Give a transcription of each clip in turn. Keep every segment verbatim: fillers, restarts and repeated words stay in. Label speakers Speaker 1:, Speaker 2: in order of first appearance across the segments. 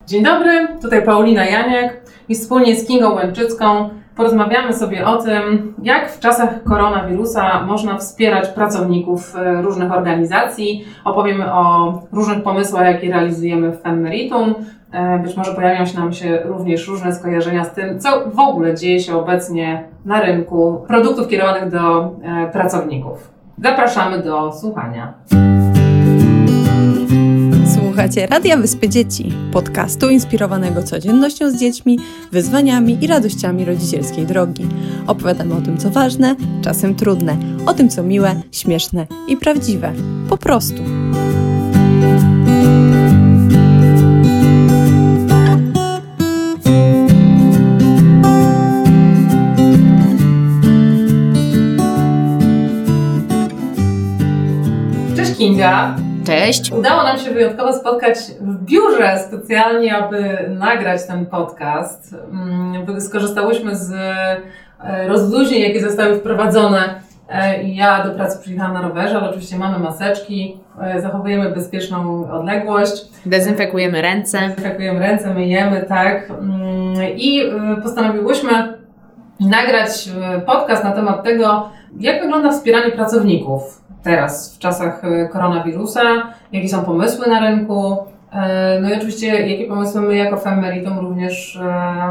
Speaker 1: Dzień dobry, tutaj Paulina Janiek i wspólnie z Kingą Łęczycką porozmawiamy sobie o tym, jak w czasach koronawirusa można wspierać pracowników różnych organizacji. Opowiemy o różnych pomysłach, jakie realizujemy w Femmeritum. Być może pojawią się nam się również różne skojarzenia z tym, co w ogóle dzieje się obecnie na rynku produktów kierowanych do pracowników. Zapraszamy do słuchania.
Speaker 2: Słuchacie Radia Wyspy Dzieci, podcastu inspirowanego codziennością z dziećmi, wyzwaniami i radościami rodzicielskiej drogi. Opowiadamy o tym, co ważne, czasem trudne, o tym, co miłe, śmieszne i prawdziwe. Po prostu.
Speaker 1: Cześć Kinga.
Speaker 3: Cześć.
Speaker 1: Udało nam się wyjątkowo spotkać w biurze specjalnie, aby nagrać ten podcast. Skorzystałyśmy z rozluźnień, jakie zostały wprowadzone. Ja do pracy przyjechałam na rowerze, ale oczywiście mamy maseczki, zachowujemy bezpieczną odległość.
Speaker 3: Dezynfekujemy ręce.
Speaker 1: Dezynfekujemy ręce, myjemy, tak. I postanowiłyśmy nagrać podcast na temat tego, jak wygląda wspieranie pracowników teraz, w czasach koronawirusa, jakie są pomysły na rynku, no i oczywiście jakie pomysły my jako Femmeritum również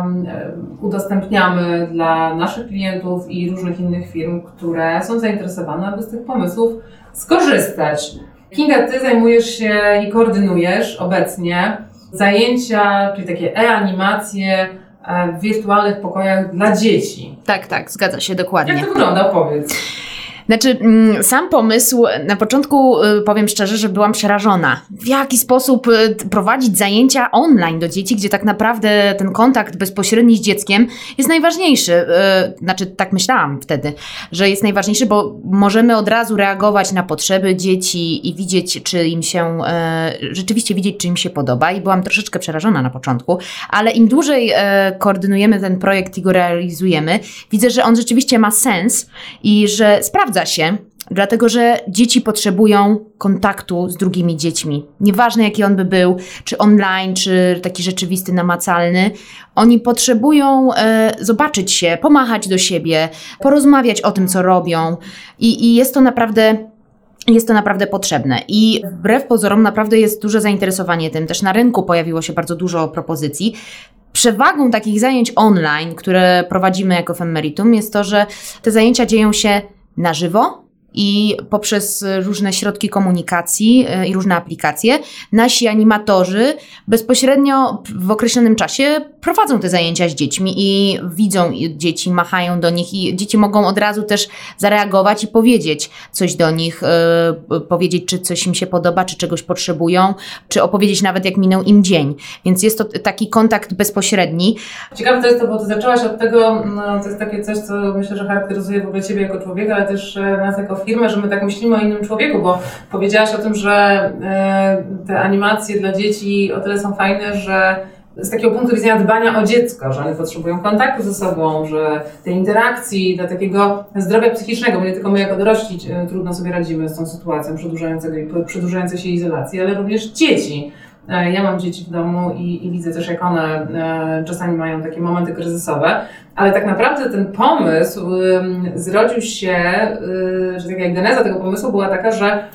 Speaker 1: udostępniamy dla naszych klientów i różnych innych firm, które są zainteresowane, aby z tych pomysłów skorzystać. Kinga, Ty zajmujesz się i koordynujesz obecnie zajęcia, czyli takie e-animacje w wirtualnych pokojach dla dzieci.
Speaker 3: Tak, tak, zgadza się, dokładnie.
Speaker 1: Jak to wygląda? Opowiedz.
Speaker 3: Znaczy, sam pomysł, na początku powiem szczerze, że byłam przerażona. W jaki sposób prowadzić zajęcia online do dzieci, gdzie tak naprawdę ten kontakt bezpośredni z dzieckiem jest najważniejszy. Znaczy, tak myślałam wtedy, że jest najważniejszy, bo możemy od razu reagować na potrzeby dzieci i widzieć, czy im się, rzeczywiście widzieć, czy im się podoba. I byłam troszeczkę przerażona na początku, ale im dłużej koordynujemy ten projekt i go realizujemy, widzę, że on rzeczywiście ma sens i że sprawdza się, dlatego że dzieci potrzebują kontaktu z drugimi dziećmi. Nieważne jaki on by był, czy online, czy taki rzeczywisty, namacalny. Oni potrzebują e, zobaczyć się, pomachać do siebie, porozmawiać o tym, co robią i, i jest to naprawdę... Jest to naprawdę potrzebne i wbrew pozorom naprawdę jest duże zainteresowanie tym. Też na rynku pojawiło się bardzo dużo propozycji. Przewagą takich zajęć online, które prowadzimy jako Femmeritum, jest to, że te zajęcia dzieją się na żywo i poprzez różne środki komunikacji i różne aplikacje nasi animatorzy bezpośrednio w określonym czasie prowadzą te zajęcia z dziećmi i widzą dzieci, machają do nich i dzieci mogą od razu też zareagować i powiedzieć coś do nich, yy, powiedzieć, czy coś im się podoba, czy czegoś potrzebują, czy opowiedzieć nawet, jak minął im dzień. Więc jest to taki kontakt bezpośredni.
Speaker 1: Ciekawe to jest to, bo Ty zaczęłaś od tego, no, to jest takie coś, co myślę, że charakteryzuje w ogóle Ciebie jako człowieka, ale też nas jako firmę, że my tak myślimy o innym człowieku, bo powiedziałaś o tym, że e, te animacje dla dzieci o tyle są fajne, że z takiego punktu widzenia dbania o dziecko, że one potrzebują kontaktu ze sobą, że tej interakcji, dla takiego zdrowia psychicznego, bo nie tylko my jako dorośli e, trudno sobie radzimy z tą sytuacją przedłużającej się izolacji, ale również dzieci. E, ja mam dzieci w domu i, i widzę też, jak one e, czasami mają takie momenty kryzysowe, ale tak naprawdę ten pomysł y, zrodził się, y, że tak jak geneza tego pomysłu była taka, że y,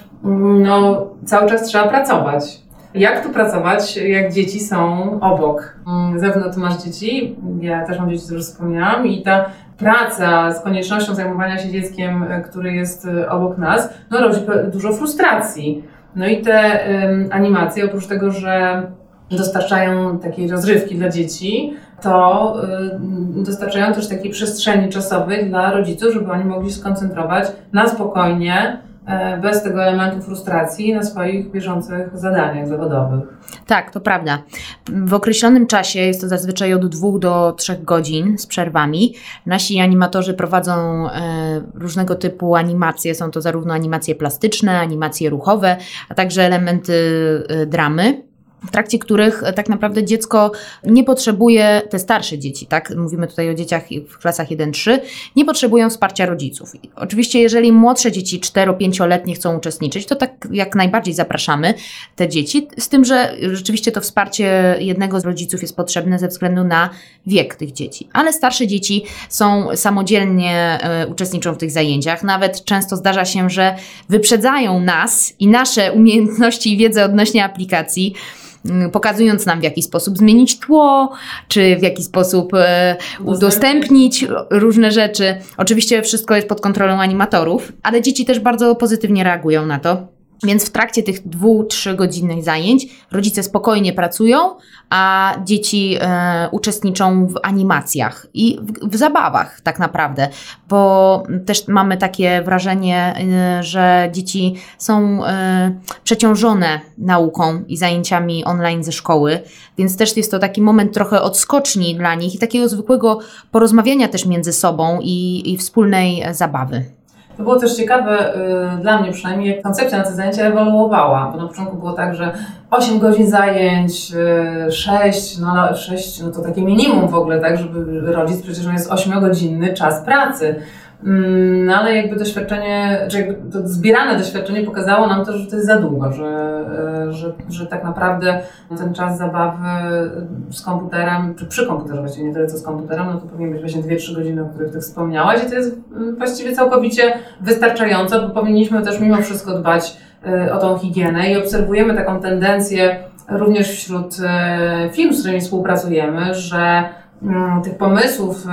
Speaker 1: no, cały czas trzeba pracować. Jak tu pracować, jak dzieci są obok? Y, zarówno Ty masz dzieci, ja też mam dzieci, co już wspomniałam, i ta praca z koniecznością zajmowania się dzieckiem, y, który jest y, obok nas, no rodzi dużo frustracji. No i te y, animacje, oprócz tego, że dostarczają takiej rozrywki dla dzieci, to y, dostarczają też takiej przestrzeni czasowej dla rodziców, żeby oni mogli skoncentrować na spokojnie, y, bez tego elementu frustracji, na swoich bieżących zadaniach zawodowych.
Speaker 3: Tak, to prawda. W określonym czasie, jest to zazwyczaj od dwóch do trzech godzin z przerwami, nasi animatorzy prowadzą e, różnego typu animacje. Są to zarówno animacje plastyczne, animacje ruchowe, a także elementy e, dramy. w trakcie których tak naprawdę dziecko nie potrzebuje, te starsze dzieci, tak, mówimy tutaj o dzieciach w klasach jeden trzy, nie potrzebują wsparcia rodziców. I oczywiście jeżeli młodsze dzieci cztero-pięcioletnie chcą uczestniczyć, to tak jak najbardziej zapraszamy te dzieci, z tym, że rzeczywiście to wsparcie jednego z rodziców jest potrzebne ze względu na wiek tych dzieci. Ale starsze dzieci są samodzielnie, y, uczestniczą w tych zajęciach. Nawet często zdarza się, że wyprzedzają nas i nasze umiejętności i wiedzę odnośnie aplikacji, pokazując nam, w jaki sposób zmienić tło, czy w jaki sposób e, udostępnić różne rzeczy. Oczywiście wszystko jest pod kontrolą animatorów, ale dzieci też bardzo pozytywnie reagują na to. Więc w trakcie tych dwu, trzygodzinnych zajęć rodzice spokojnie pracują, a dzieci e, uczestniczą w animacjach i w, w zabawach tak naprawdę, bo też mamy takie wrażenie, e, że dzieci są e, przeciążone nauką i zajęciami online ze szkoły, więc też jest to taki moment trochę odskoczni dla nich i takiego zwykłego porozmawiania też między sobą i, i wspólnej zabawy.
Speaker 1: To było też ciekawe y, dla mnie przynajmniej, jak koncepcja na te zajęcia ewoluowała, bo na początku było tak, że osiem godzin zajęć, y, sześć, no, no sześć, no to takie minimum w ogóle, tak, żeby rodzic, przecież on jest ośmiogodzinny czas pracy. No ale jakby doświadczenie, czy jakby to zbierane doświadczenie pokazało nam to, że to jest za długo, że, że, że tak naprawdę ten czas zabawy z komputerem, czy przy komputerze właściwie, nie tyle co z komputerem, no to powinien być właśnie dwie trzy godziny, o których Ty wspomniałaś i to jest właściwie całkowicie wystarczająco, bo powinniśmy też mimo wszystko dbać o tą higienę i obserwujemy taką tendencję również wśród firm, z którymi współpracujemy, że tych pomysłów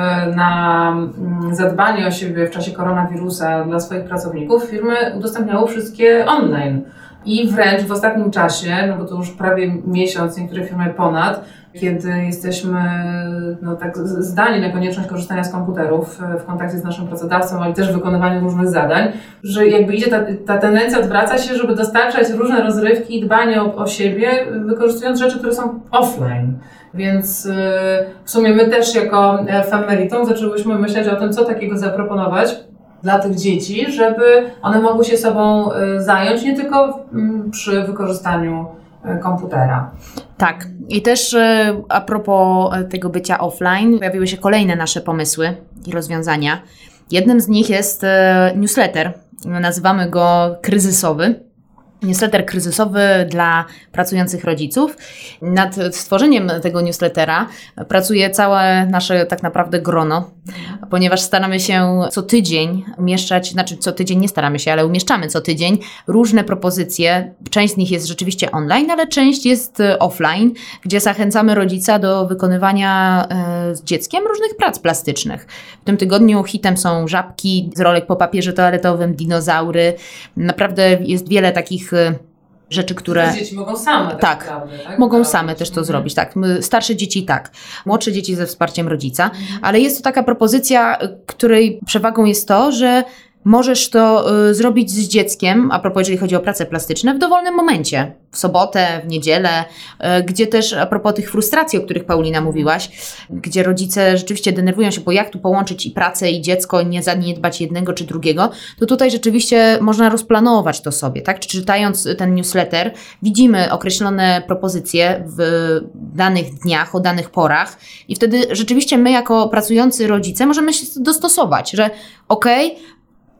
Speaker 1: na zadbanie o siebie w czasie koronawirusa dla swoich pracowników firmy udostępniały wszystkie online. I wręcz w ostatnim czasie, no bo to już prawie miesiąc, niektóre firmy ponad, kiedy jesteśmy no, tak zdani na konieczność korzystania z komputerów w kontakcie z naszym pracodawcą, ale też w wykonywaniu różnych zadań, że jakby idzie ta, ta tendencja, odwraca się, żeby dostarczać różne rozrywki i dbanie o, o siebie, wykorzystując rzeczy, które są offline. Więc yy, w sumie my też jako Femmeliton zaczęłyśmy myśleć o tym, co takiego zaproponować dla tych dzieci, żeby one mogły się sobą y, zająć nie tylko y, przy wykorzystaniu y, komputera.
Speaker 3: Tak. I też y, a propos tego bycia offline, pojawiły się kolejne nasze pomysły i rozwiązania. Jednym z nich jest y, newsletter. Nazywamy go kryzysowy. Newsletter kryzysowy dla pracujących rodziców. Nad stworzeniem tego newslettera pracuje całe nasze tak naprawdę grono, ponieważ staramy się co tydzień umieszczać, znaczy co tydzień nie staramy się, ale umieszczamy co tydzień różne propozycje. Część z nich jest rzeczywiście online, ale część jest offline, gdzie zachęcamy rodzica do wykonywania e, z dzieckiem różnych prac plastycznych. W tym tygodniu hitem są żabki z rolek po papierze toaletowym, dinozaury. Naprawdę jest wiele takich rzeczy, które...
Speaker 1: Dzieci mogą same tak,
Speaker 3: tak,
Speaker 1: naprawdę, tak?
Speaker 3: mogą
Speaker 1: tak.
Speaker 3: same też to zrobić, tak. Starsze dzieci tak, młodsze dzieci ze wsparciem rodzica, ale jest to taka propozycja, której przewagą jest to, że możesz to y, zrobić z dzieckiem, a propos jeżeli chodzi o prace plastyczne, w dowolnym momencie. W sobotę, w niedzielę, y, gdzie też a propos tych frustracji, o których Paulina mówiłaś, gdzie rodzice rzeczywiście denerwują się, bo jak tu połączyć i pracę i dziecko, nie zaniedbać jednego czy drugiego, to tutaj rzeczywiście można rozplanować to sobie, tak? Czy czytając ten newsletter widzimy określone propozycje w danych dniach, o danych porach i wtedy rzeczywiście my jako pracujący rodzice możemy się dostosować, że okej, okay,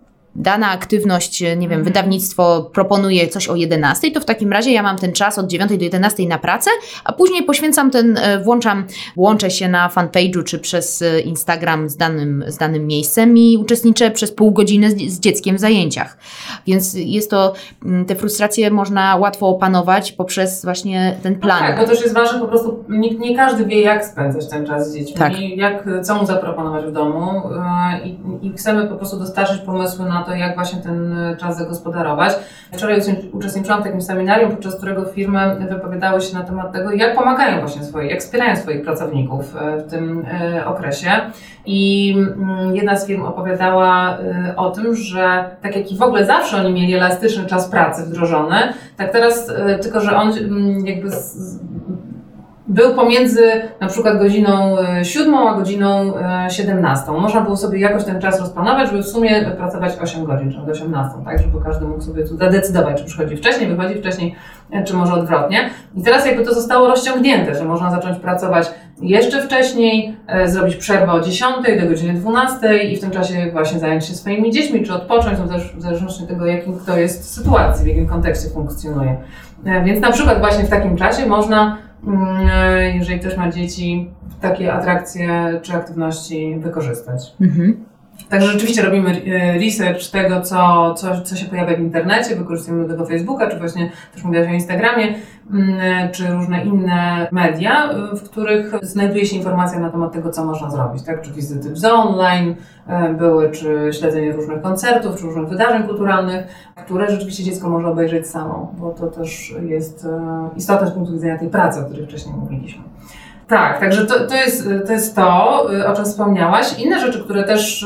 Speaker 3: dana aktywność, nie wiem, wydawnictwo proponuje coś o jedenastej, to w takim razie ja mam ten czas od dziewiątej do jedenastej na pracę, a później poświęcam ten, włączam, łączę się na fanpage'u czy przez Instagram z danym, z danym miejscem i uczestniczę przez pół godziny z, z dzieckiem w zajęciach. Więc jest to, te frustracje można łatwo opanować poprzez właśnie ten plan.
Speaker 1: No tak, bo też jest ważne po prostu, nie, nie każdy wie, jak spędzać ten czas z dziećmi,
Speaker 3: tak.
Speaker 1: jak, co mu zaproponować w domu i, i chcemy po prostu dostarczyć pomysły na to, jak właśnie ten czas zagospodarować. Wczoraj uczestniczyłam w takim seminarium, podczas którego firmy wypowiadały się na temat tego, jak pomagają właśnie swoich, jak wspierają swoich pracowników w tym okresie. I jedna z firm opowiadała o tym, że tak jak i w ogóle zawsze oni mieli elastyczny czas pracy wdrożony, tak teraz tylko, że on jakby z, był pomiędzy na przykład godziną siódmą a godziną siedemnastą. Można było sobie jakoś ten czas rozplanować, żeby w sumie pracować osiem godzin, czy osiemnastą, tak, żeby każdy mógł sobie tu zadecydować, czy przychodzi wcześniej, wychodzi wcześniej czy może odwrotnie. I teraz jakby to zostało rozciągnięte, że można zacząć pracować jeszcze wcześniej, e, zrobić przerwę o dziesiątej do godziny dwunastej i w tym czasie właśnie zająć się swoimi dziećmi, czy odpocząć, no też w zależności od tego, jakim kto jest w sytuacji, w jakim kontekście funkcjonuje. E, więc na przykład właśnie w takim czasie można, mm, jeżeli ktoś ma dzieci, takie atrakcje czy aktywności wykorzystać. Mhm. Także rzeczywiście robimy research tego, co, co, co się pojawia w internecie, wykorzystujemy do tego Facebooka, czy właśnie też mówiłaś o Instagramie, czy różne inne media, w których znajduje się informacja na temat tego, co można zrobić, tak? Czy wizyty w zoo online były, czy śledzenie różnych koncertów, czy różnych wydarzeń kulturalnych, które rzeczywiście dziecko może obejrzeć samo, bo to też jest istotne z punktu widzenia tej pracy, o której wcześniej mówiliśmy. Tak, także to, to, jest, to jest to, o czym wspomniałaś. Inne rzeczy, które też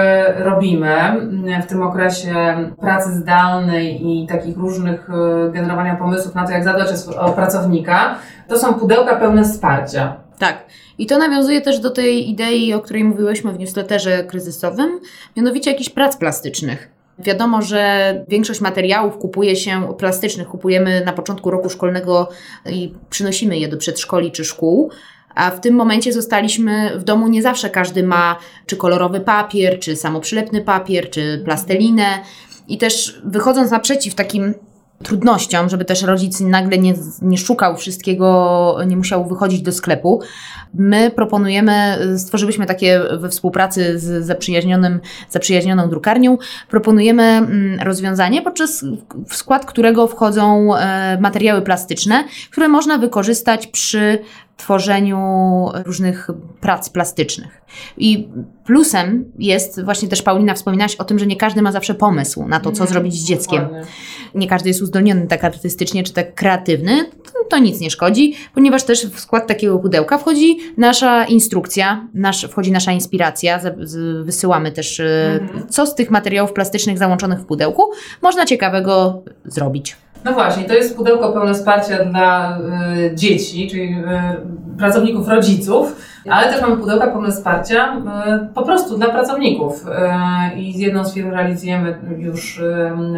Speaker 1: robimy w tym okresie pracy zdalnej i takich różnych generowania pomysłów na to, jak zadbać o pracownika, to są pudełka pełne wsparcia.
Speaker 3: Tak. I to nawiązuje też do tej idei, o której mówiłyśmy w newsletterze kryzysowym, mianowicie jakichś prac plastycznych. Wiadomo, że większość materiałów kupuje się, plastycznych kupujemy na początku roku szkolnego i przynosimy je do przedszkoli czy szkół, a w tym momencie zostaliśmy w domu, nie zawsze każdy ma czy kolorowy papier, czy samoprzylepny papier, czy plastelinę i też wychodząc naprzeciw takim trudnościom, żeby też rodzic nagle nie, nie szukał wszystkiego, nie musiał wychodzić do sklepu. My proponujemy, stworzyliśmy takie we współpracy z zaprzyjaźnionym, zaprzyjaźnioną drukarnią, proponujemy rozwiązanie, podczas w skład którego wchodzą materiały plastyczne, które można wykorzystać przy tworzeniu różnych prac plastycznych. I plusem jest, właśnie też Paulina wspominałaś o tym, że nie każdy ma zawsze pomysł na to, co mm, zrobić z dzieckiem. Dokładnie. Nie każdy jest uzdolniony tak artystycznie, czy tak kreatywny. To, to nic nie szkodzi, ponieważ też w skład takiego pudełka wchodzi nasza instrukcja, nasz, wchodzi nasza inspiracja. Z, z, wysyłamy też, mm. co z tych materiałów plastycznych załączonych w pudełku można ciekawego zrobić.
Speaker 1: No właśnie, to jest pudełko pełne wsparcia dla y, dzieci, czyli y, pracowników, rodziców, ale też mamy pudełka pełne wsparcia y, po prostu dla pracowników. Y, I z jedną z firm realizujemy już y,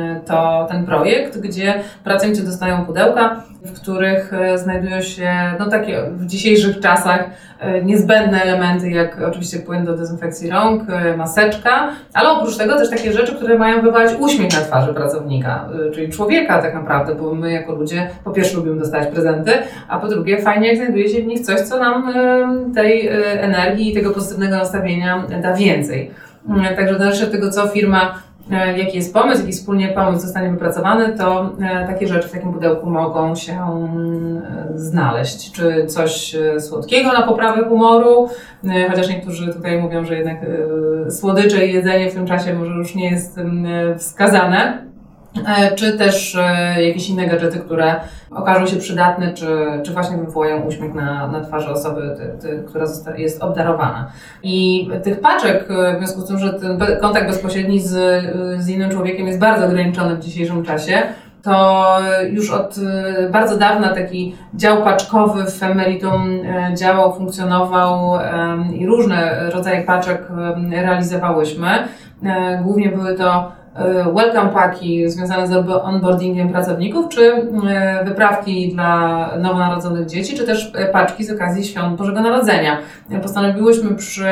Speaker 1: to, ten projekt, gdzie pracownicy dostają pudełka, w których y, znajdują się no, takie w dzisiejszych czasach y, niezbędne elementy, jak oczywiście płyn do dezynfekcji rąk, y, maseczka, ale oprócz tego też takie rzeczy, które mają wywołać uśmiech na twarzy pracownika, y, czyli człowieka tak naprawdę, bo my jako ludzie po pierwsze lubimy dostawać prezenty, a po drugie fajnie jak znajduje się w nich coś, co nam y, tej y, energii i tego pozytywnego nastawienia da więcej. Y, także zależy od tego, co firma, y, jaki jest pomysł, jaki wspólnie pomysł zostanie wypracowany, to y, takie rzeczy w takim pudełku mogą się y, znaleźć. Czy coś y, słodkiego na poprawę humoru, y, chociaż niektórzy tutaj mówią, że jednak y, słodycze i jedzenie w tym czasie może już nie jest y, wskazane. Czy też jakieś inne gadżety, które okażą się przydatne, czy, czy właśnie wywołają uśmiech na, na twarzy osoby, ty, ty, która zosta- jest obdarowana. I tych paczek, w związku z tym, że ten kontakt bezpośredni z, z innym człowiekiem jest bardzo ograniczony w dzisiejszym czasie, to już od bardzo dawna taki dział paczkowy w Femeritum działał, funkcjonował i różne rodzaje paczek realizowałyśmy. Głównie były to welcome packi związane z onboardingiem pracowników, czy wyprawki dla nowonarodzonych dzieci, czy też paczki z okazji świąt Bożego Narodzenia. Postanowiłyśmy przy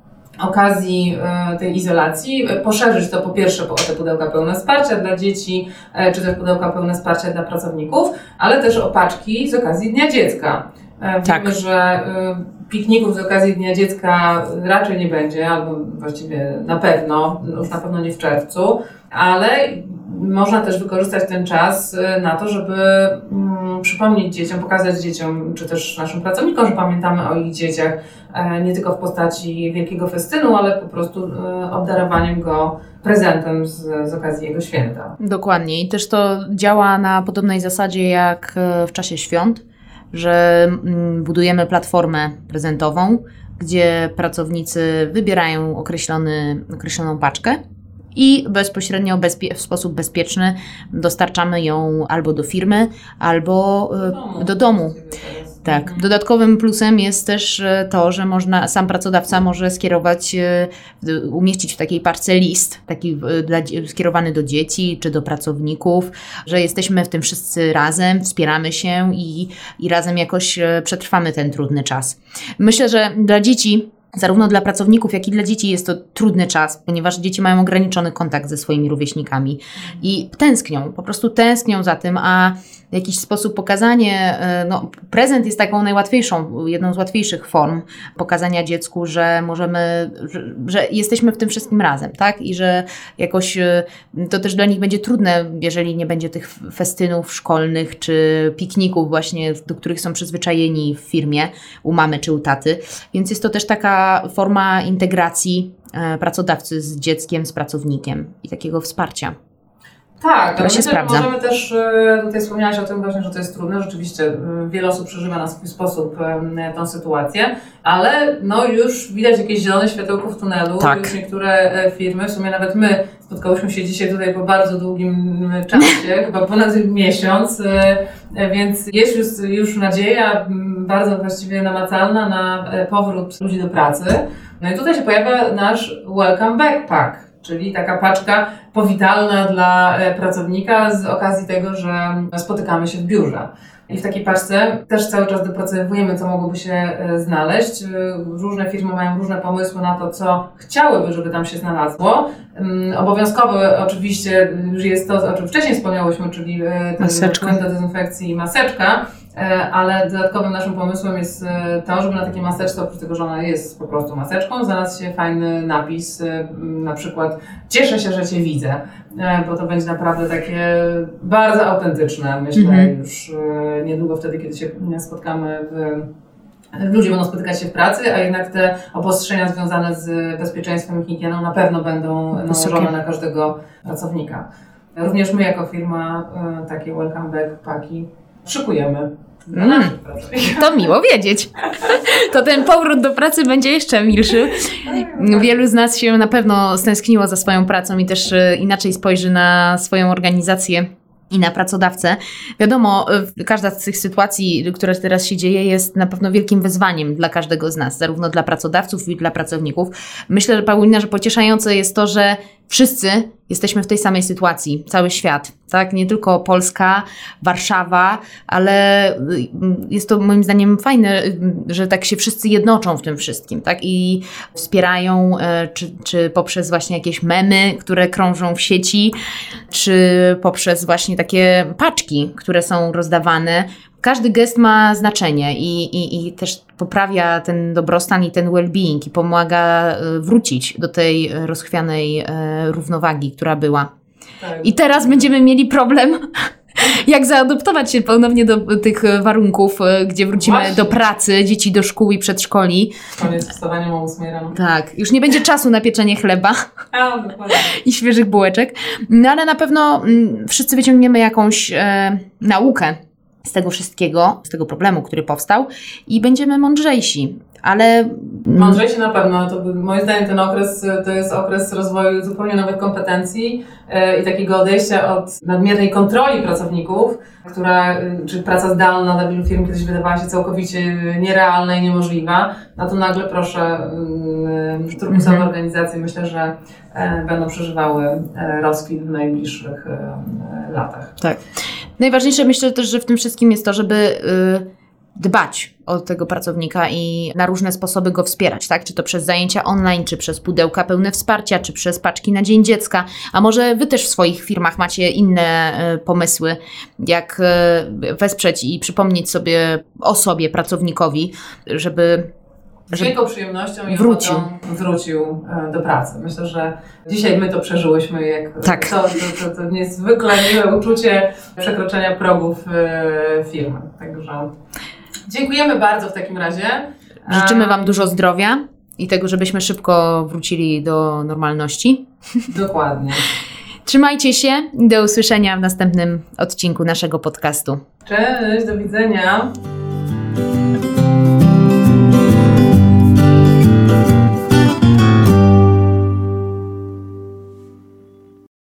Speaker 1: okazji tej izolacji poszerzyć to po pierwsze o te pudełka pełne wsparcia dla dzieci, czy też pudełka pełne wsparcia dla pracowników, ale też o paczki z okazji Dnia Dziecka.
Speaker 3: Tak.
Speaker 1: Wiemy, że pikników z okazji Dnia Dziecka raczej nie będzie, albo właściwie na pewno, już na pewno nie w czerwcu, ale można też wykorzystać ten czas na to, żeby mm, przypomnieć dzieciom, pokazać dzieciom, czy też naszym pracownikom, że pamiętamy o ich dzieciach, e, nie tylko w postaci wielkiego festynu, ale po prostu e, obdarowaniem go prezentem z, z okazji jego święta.
Speaker 3: Dokładnie i też to działa na podobnej zasadzie jak w czasie świąt, że budujemy platformę prezentową, gdzie pracownicy wybierają określony, określoną paczkę i bezpośrednio bezpie- w sposób bezpieczny dostarczamy ją albo do firmy, albo do domu. Do domu. Tak. Dodatkowym plusem jest też to, że można, sam pracodawca może skierować, umieścić w takiej parce list, taki dla, skierowany do dzieci czy do pracowników, że jesteśmy w tym wszyscy razem, wspieramy się i, i razem jakoś przetrwamy ten trudny czas. Myślę, że dla dzieci, zarówno dla pracowników, jak i dla dzieci jest to trudny czas, ponieważ dzieci mają ograniczony kontakt ze swoimi rówieśnikami i tęsknią, po prostu tęsknią za tym, a w jakiś sposób pokazanie, no prezent jest taką najłatwiejszą, jedną z łatwiejszych form pokazania dziecku, że możemy, że, że jesteśmy w tym wszystkim razem, tak? I że jakoś to też dla nich będzie trudne, jeżeli nie będzie tych festynów szkolnych, czy pikników właśnie, do których są przyzwyczajeni w firmie, u mamy czy u taty, więc jest to też taka forma integracji pracodawcy z dzieckiem, z pracownikiem i takiego wsparcia.
Speaker 1: Tak, ale
Speaker 3: się
Speaker 1: myślę,
Speaker 3: sprawdza.
Speaker 1: Możemy też, tutaj wspomniałaś o tym właśnie, że to jest trudne, rzeczywiście wiele osób przeżywa na swój sposób tę sytuację, ale no już widać jakieś zielone światełko w tunelu,
Speaker 3: tak.
Speaker 1: Już niektóre firmy, w sumie nawet my spotkałyśmy się dzisiaj tutaj po bardzo długim czasie, chyba ponad miesiąc, więc jest już, już nadzieja bardzo właściwie namacalna na powrót ludzi do pracy. No i tutaj się pojawia nasz Welcome Back Pack, czyli taka paczka powitalna dla pracownika z okazji tego, że spotykamy się w biurze. I w takiej paczce też cały czas dopracowujemy, co mogłoby się znaleźć. Różne firmy mają różne pomysły na to, co chciałyby, żeby tam się znalazło. Obowiązkowe oczywiście już jest to, o czym wcześniej wspomniałyśmy, czyli ten płyn do dezynfekcji i maseczka. Ale dodatkowym naszym pomysłem jest to, żeby na takiej maseczce, oprócz tego, że ona jest po prostu maseczką, znalazł się fajny napis, na przykład cieszę się, że Cię widzę, bo to będzie naprawdę takie bardzo autentyczne, myślę, mm-hmm. już niedługo wtedy, kiedy się spotkamy w Ludzie będą spotykać się w pracy, a jednak te obostrzenia związane z bezpieczeństwem i higieną na pewno będą nałożone na każdego pracownika. Również my jako firma takie Welcome Back Packi szykujemy.
Speaker 3: Mm, to miło wiedzieć. To ten powrót do pracy będzie jeszcze milszy. Wielu z nas się na pewno stęskniło za swoją pracą i też inaczej spojrzy na swoją organizację i na pracodawcę. Wiadomo, każda z tych sytuacji, która teraz się dzieje, jest na pewno wielkim wyzwaniem dla każdego z nas, zarówno dla pracodawców, jak i dla pracowników. Myślę, Paulina, że pocieszające jest to, że wszyscy jesteśmy w tej samej sytuacji, cały świat, tak? Nie tylko Polska, Warszawa, ale jest to moim zdaniem fajne, że tak się wszyscy jednoczą w tym wszystkim, tak? I wspierają, czy, czy poprzez właśnie jakieś memy, które krążą w sieci, czy poprzez właśnie takie paczki, które są rozdawane. Każdy gest ma znaczenie i, i, i też poprawia ten dobrostan i ten well-being i pomaga wrócić do tej rozchwianej e, równowagi, która była. Tak. I teraz będziemy mieli problem, jak zaadoptować się ponownie do tych warunków, gdzie wrócimy Właśnie. do pracy, dzieci do szkół i przedszkoli.
Speaker 1: Koniec wstawania o ósmej rano.
Speaker 3: Tak, już nie będzie czasu na pieczenie chleba
Speaker 1: A, dokładnie.
Speaker 3: i świeżych bułeczek, no ale na pewno m, wszyscy wyciągniemy jakąś e, naukę z tego wszystkiego, z tego problemu, który powstał i będziemy mądrzejsi, ale...
Speaker 1: Mądrzejsi na pewno. To, moim zdaniem ten okres to jest okres rozwoju zupełnie nowych kompetencji yy, i takiego odejścia od nadmiernej kontroli pracowników, która, yy, czy praca zdalna dla wielu firm kiedyś wydawała się całkowicie nierealna i niemożliwa. No to nagle, proszę, yy, turkusowe mm-hmm. organizacje myślę, że yy, będą przeżywały yy, rozkwit w najbliższych yy, latach.
Speaker 3: Tak. Najważniejsze myślę też, że w tym wszystkim jest to, żeby yy, dbać o tego pracownika i na różne sposoby go wspierać, tak? Czy to przez zajęcia online, czy przez pudełka pełne wsparcia, czy przez paczki na Dzień Dziecka, a może Wy też w swoich firmach macie inne y, pomysły, jak y, wesprzeć i przypomnieć sobie o sobie pracownikowi, żeby
Speaker 1: Z wielką przyjemnością i wrócił. wrócił do pracy. Myślę, że dzisiaj my to przeżyłyśmy, jak
Speaker 3: tak.
Speaker 1: to, to, to, to niezwykle miłe uczucie przekroczenia progów firmy. Także dziękujemy bardzo w takim razie.
Speaker 3: Życzymy Wam dużo zdrowia i tego, żebyśmy szybko wrócili do normalności.
Speaker 1: Dokładnie.
Speaker 3: Trzymajcie się i do usłyszenia w następnym odcinku naszego podcastu.
Speaker 1: Cześć, do widzenia.